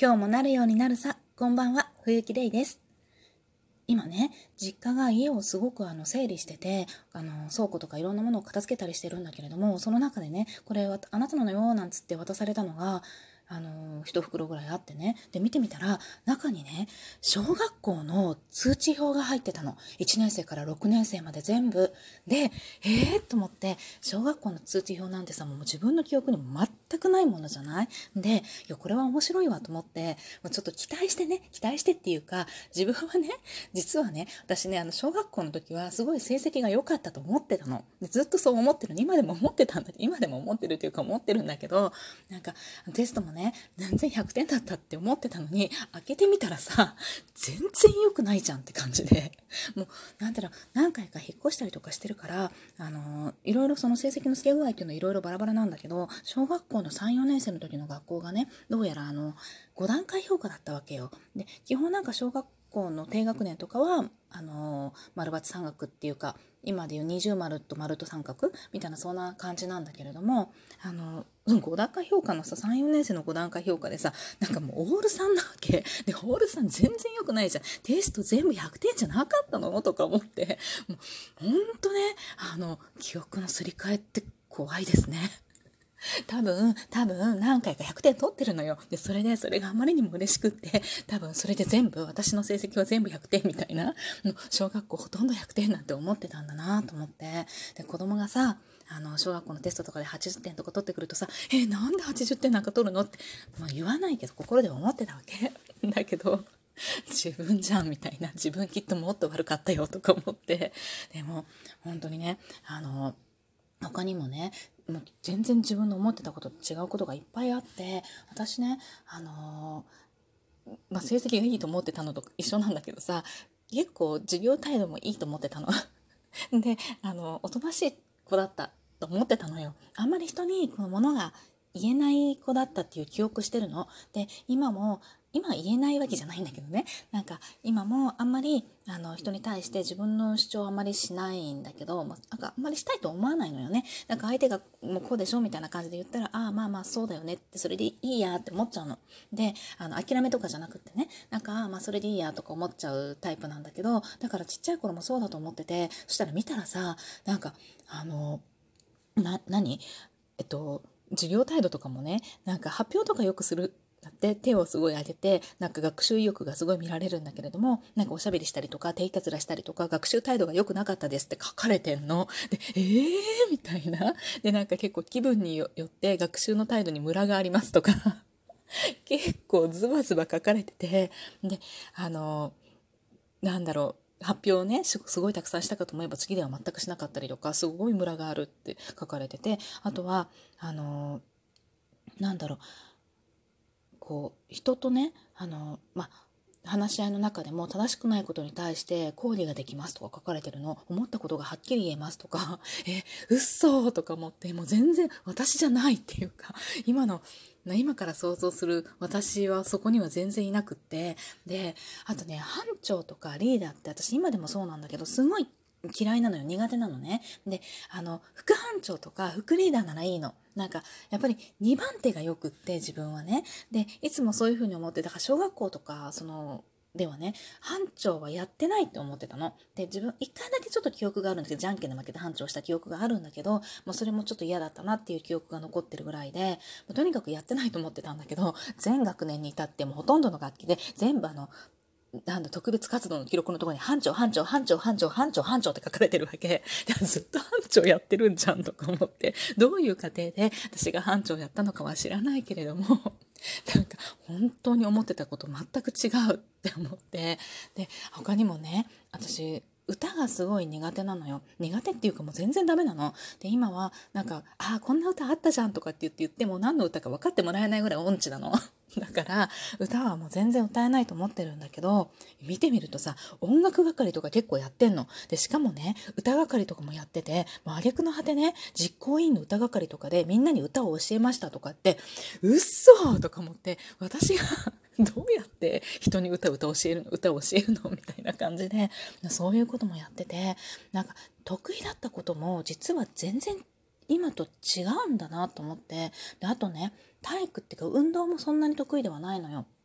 今日もなるようになるさ。こんばんは、冬木玲です。今ね、実家が家をすごく整理してて、倉庫とかいろんなものを片付けたりしてるんだけれども、その中でね、これはあなたのよなんつって渡されたのが、一袋ぐらいあってね。で、見てみたら、中にね、小学校の通知表が入ってたの。1年生から6年生まで全部。で、と思って、小学校の通知表なんてさ、もう自分の記憶にも全くないものじゃないで、いや、これは面白いわと思って、ちょっと期待してっていうか、自分はね、実はね、私ね、小学校の時はすごい成績が良かったと思ってたの。でずっとそう思ってるの。今でも思ってたんだけど、今でも思ってるっていうか思ってるんだけど、なんか、テストもね、全然100点だったって思ってたのに、開けてみたらさ、全然良くないじゃんって感じで、もう、なんだろう、何回か引っ越したりとかしてるから、いろいろその成績の付け具合っていうのはいろいろバラバラなんだけど、小学校の3、4年生の時の学校がね、どうやら5段階評価だったわけよ。で、基本なんか小学校の低学年とかは、丸×三角っていうか、今でいう二重丸と丸と三角みたいなそんな感じなんだけれども、5段階評価のさ、3、4年生の5段階評価でさ、なんかもうオール3なわけ。で、オール3全然良くないじゃん。テスト全部100点じゃなかったのとか思って、もう、ほんとね、記憶のすり替えって怖いですね。多分、何回か100点取ってるのよ。で、それがあまりにも嬉しくって、多分それで全部、私の成績は全部100点みたいな、小学校ほとんど100点なんて思ってたんだなと思って。で、子供がさ、小学校のテストとかで80点とか取ってくるとさ、なんで80点なんか取るのって、言わないけど、心で思ってたわけ。だけど、自分じゃんみたいな、自分きっともっと悪かったよとか思って。でも、本当にね、他にもね、もう全然自分の思ってたことと違うことがいっぱいあって、私ね、成績がいいと思ってたのと一緒なんだけどさ、結構授業態度もいいと思ってたの。で、おとなしい子だったと思ってたのよ。あんまり人にこのものが言えない子だったっていう記憶してるの。で、今言えないわけじゃないんだけどね。なんか今もあんまり人に対して自分の主張はあんまりしないんだけど、なんかあんまりしたいと思わないのよね。なんか相手がもうこうでしょみたいな感じで言ったら、ああまあまあそうだよねってそれでいいやって思っちゃうの。で、諦めとかじゃなくってね、なんかまあそれでいいやとか思っちゃうタイプなんだけど、だからちっちゃい頃もそうだと思ってて、そしたら見たらさ、なんか何授業態度とかもね、なんか発表とかよくするだって手をすごい上げて、なんか学習意欲がすごい見られるんだけれども、なんかおしゃべりしたりとか手いたずらしたりとか学習態度が良くなかったですって書かれてんので、みたいな。で、なんか結構気分によって学習の態度にムラがありますとか結構ズバズバ書かれてて、で、なんだろう、発表をね、すごいたくさんしたかと思えば次では全くしなかったりとか、すごいムラがあるって書かれてて、あとは、なんだろう、こう、人とね、話し合いの中でも正しくないことに対して抗議ができますとか書かれてるの、思ったことがはっきり言えますとか、嘘とか思って、もう全然私じゃないっていうか、今から想像する私はそこには全然いなくって、で、あとね、班長とかリーダーって私今でもそうなんだけど、すごい嫌いなのよ、苦手なのね。で、副班長とか副リーダーならいいの。なんか、やっぱり2番手がよくって自分はね。で、いつもそういうふうに思って、だから小学校とか、ではね、班長はやってないって思ってたの。で、自分、一回だけちょっと記憶があるんだけど、じゃんけんで負けて班長した記憶があるんだけど、もうそれもちょっと嫌だったなっていう記憶が残ってるぐらいで、とにかくやってないと思ってたんだけど、全学年に至ってもほとんどの学期で全部特別活動の記録のところに班長って書かれてるわけ。ずっと班長やってるんじゃんとか思って、どういう過程で私が班長やったのかは知らないけれども、なんか本当に思ってたこと全く違うって思って、で、他にもね、私、歌がすごい苦手なのよ。苦手っていうかもう全然ダメなの。で、今はなんか、こんな歌あったじゃんとかって言っても何の歌か分かってもらえないぐらい音痴なの。だから歌はもう全然歌えないと思ってるんだけど、見てみるとさ、音楽係とか結構やってんの。で、しかもね、歌係とかもやってて、もう挙句の果てね、実行委員の歌係とかでみんなに歌を教えましたとかって、嘘とか思って、私がどうやって人に歌を教えるのみたいな感じで、そういうこともやってて、なんか得意だったことも実は全然今と違うんだなと思って、で、あとね、体育っていうか運動もそんなに得意ではないのよ。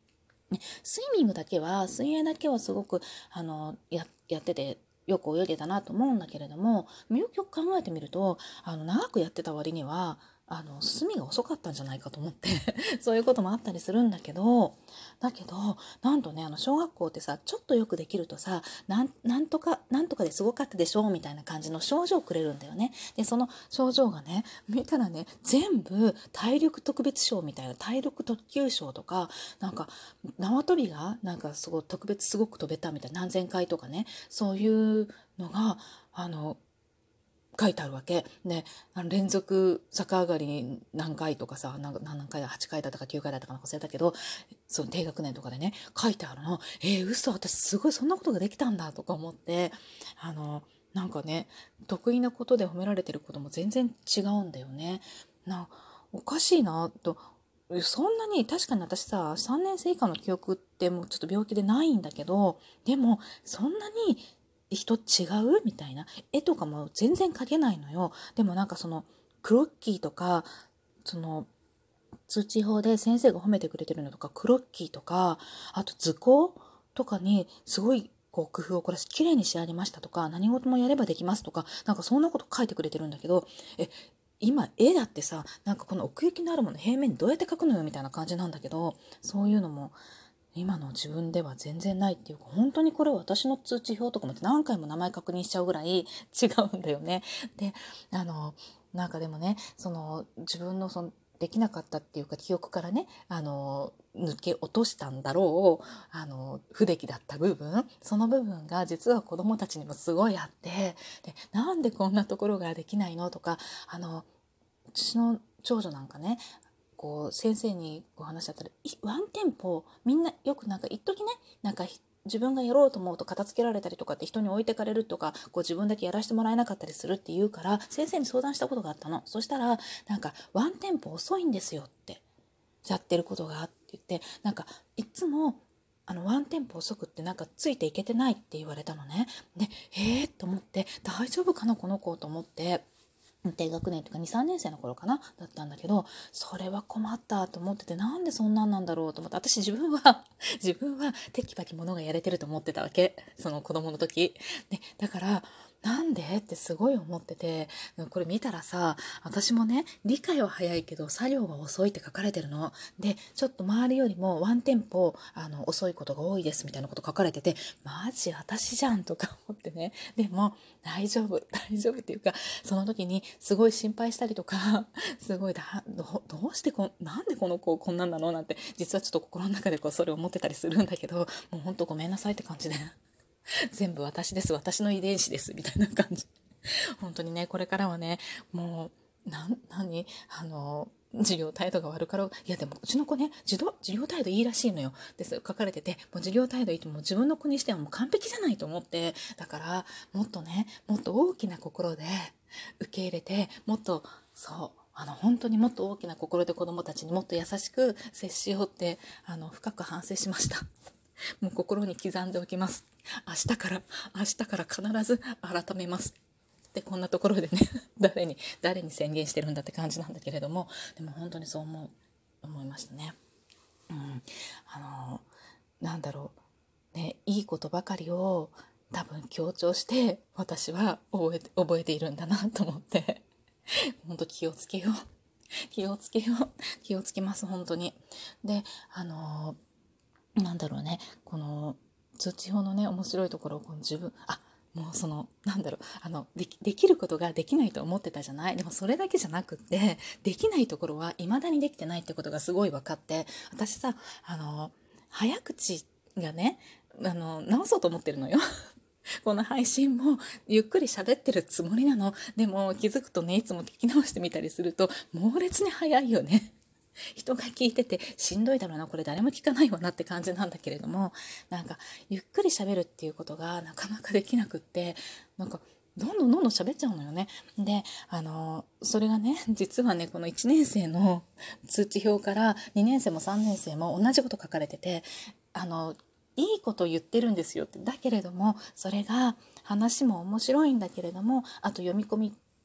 スイミングだけは、水泳だけはすごく、やってて、よく泳げたなと思うんだけれども、よくよく考えてみると、長くやってた割には、進みが遅かったんじゃないかと思ってそういうこともあったりするんだけど、なんとね、小学校ってさ、ちょっとよくできるとさ、なんとかですごかったでしょみたいな感じの賞状をくれるんだよね。で、その賞状がね、見たらね、全部体力特別賞みたいな、体力特急賞とか、なんか、縄跳びが、なんかすごい特別すごく飛べたみたいな、何千回とかね、そういうのが、書いてあるわけで、連続逆上がり何回とかさ、何回だ、8回だったか9回だったかなんか忘れたけど、その低学年とかでね書いてあるの。嘘、私すごいそんなことができたんだとか思って、なんかね、得意なことで褒められてることも全然違うんだよね。おかしいなと。そんなに、確かに私さ、3年生以下の記憶ってもうちょっと病気でないんだけど、でもそんなに人違うみたいな。絵とかも全然描けないのよ。でもなんかそのクロッキーとか、その通知表で先生が褒めてくれてるのとか、クロッキーとか、あと図工とかにすごいこう工夫を凝らし綺麗に仕上げましたとか、何事もやればできますとか、なんかそんなこと書いてくれてるんだけど、今絵だってさ、なんかこの奥行きのあるもの平面にどうやって描くのよみたいな感じなんだけど、そういうのも今の自分では全然ないっていうか、本当にこれ私の通知表とかも何回も名前確認しちゃうぐらい違うんだよね。で、なんかでもね、その自分のそのできなかったっていうか記憶からね、抜け落としたんだろう、不出来だった部分、その部分が実は子供たちにもすごいあって、で、なんでこんなところができないのとか、私の長女なんかね、こう先生にこう話しちゃったら、ワンテンポみんなよくなんか一時ね、なんか自分がやろうと思うと片付けられたりとかって、人に置いてかれるとか、こう自分だけやらせてもらえなかったりするって言うから、先生に相談したことがあったの。そしたら、なんかワンテンポ遅いんですよってやってることがあって言って、なんかいつもワンテンポ遅くってなんかついていけてないって言われたのね。で、と思って、大丈夫かなこの子と思って、低学年とか2、3年生の頃かなだったんだけど、それは困ったと思ってて、なんでそんなんなんだろうと思って、私自分は自分はテキパキ物がやれてると思ってたわけ、その子供の時で。だからなんでってすごい思ってて、これ見たらさ、私もね、理解は早いけど作業は遅いって書かれてるので、ちょっと周りよりもワンテンポ遅いことが多いですみたいなこと書かれてて、マジ私じゃんとか思ってね。でも大丈夫っていうか、その時にすごい心配したりとか、すごいどうしてなんでこの子こんなんなのなんて、実はちょっと心の中でこうそれを思ってたりするんだけど、もうほんとごめんなさいって感じで全部私です、私の遺伝子ですみたいな感じ。本当にね、これからはね、もう何授業態度が悪かろう。いやでもうちの子ね、授業態度いいらしいのよ。で書かれてて、もう授業態度いいともう自分の子にしてはもう完璧じゃないと思って、だからもっとね、もっと大きな心で受け入れて、もっとそう本当にもっと大きな心で子どもたちにもっと優しく接しようって深く反省しました。もう心に刻んでおきます。明日から必ず改めます。でこんなところでね誰に宣言してるんだって感じなんだけれども、でも本当にそう思いましたね。うん、なんだろうね、いいことばかりを多分強調して私は覚えているんだなと思って本当気をつけよう気をつけます本当に。でなんだろうね、この通知表のね面白いところをこの自分もうそのなんだろうできることができないと思ってたじゃない。でもそれだけじゃなくって、できないところは未だにできてないってことがすごい分かって、私さ早口がね直そうと思ってるのよこの配信もゆっくり喋ってるつもりなの。でも気づくとね、いつも聞き直してみたりすると猛烈に早いよね人が聞いててしんどいだろうな、これ誰も聞かないわなって感じなんだけれども、なんかゆっくり喋るっていうことがなかなかできなくって、なんかどんどん喋っちゃうのよね。でそれがね、実はね、この1年生の通知表から2年生も3年生も同じこと書かれてて、いいこと言ってるんですよって。だけれどもそれが話も面白いんだけれども、あと読み込み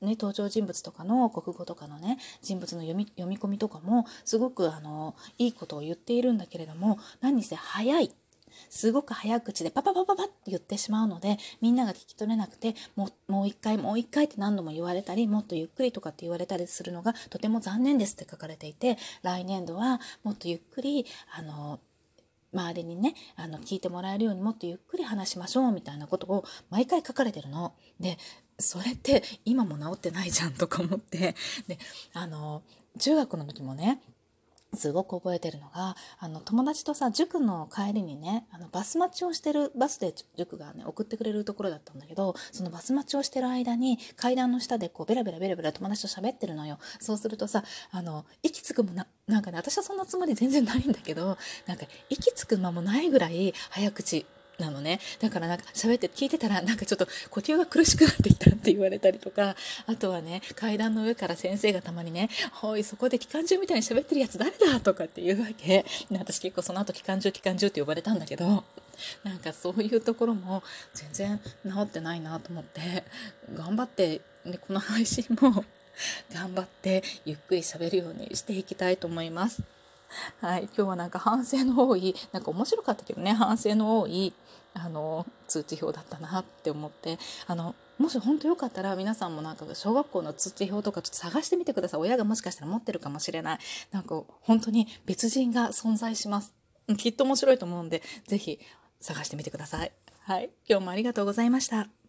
ね、登場人物とかの国語とかのね人物の読み込みとかもすごくいいことを言っているんだけれども、何にせ早い、すごく早口でパパパパパって言ってしまうので、みんなが聞き取れなくて、もう一回もう一回って何度も言われたり、もっとゆっくりとかって言われたりするのがとても残念ですって書かれていて、来年度はもっとゆっくり周りにね聞いてもらえるようにもっとゆっくり話しましょうみたいなことを毎回書かれてるので、それって今も治ってないじゃんとか思って、で中学の時もねすごく覚えてるのが、友達とさ塾の帰りにねバス待ちをしてる、バスで塾がね送ってくれるところだったんだけど、そのバス待ちをしてる間に階段の下でこうベラベラベラベラ友達と喋ってるのよ。そうするとさ息つくもなんかね、私はそんなつもり全然ないんだけど、なんか息つく間もないぐらい早口なのね。だからなんか喋って聞いてたらなんかちょっと呼吸が苦しくなってきたって言われたりとか、あとはね階段の上から先生がたまにね「おいそこで機関銃みたいに喋ってるやつ誰だ?」とかって言うわけ。私結構その後機関銃って呼ばれたんだけど、なんかそういうところも全然治ってないなと思って、頑張って、ね、この配信も頑張ってゆっくり喋るようにしていきたいと思います。はい、今日はなんか反省の多い、なんか面白かったけどね、反省の多い通知表だったなって思って、もし本当よかったら皆さんもなんか小学校の通知表とかちょっと探してみてください。親がもしかしたら持ってるかもしれない。なんか本当に別人が存在します。きっと面白いと思うんで、ぜひ探してみてください。はい、今日もありがとうございました。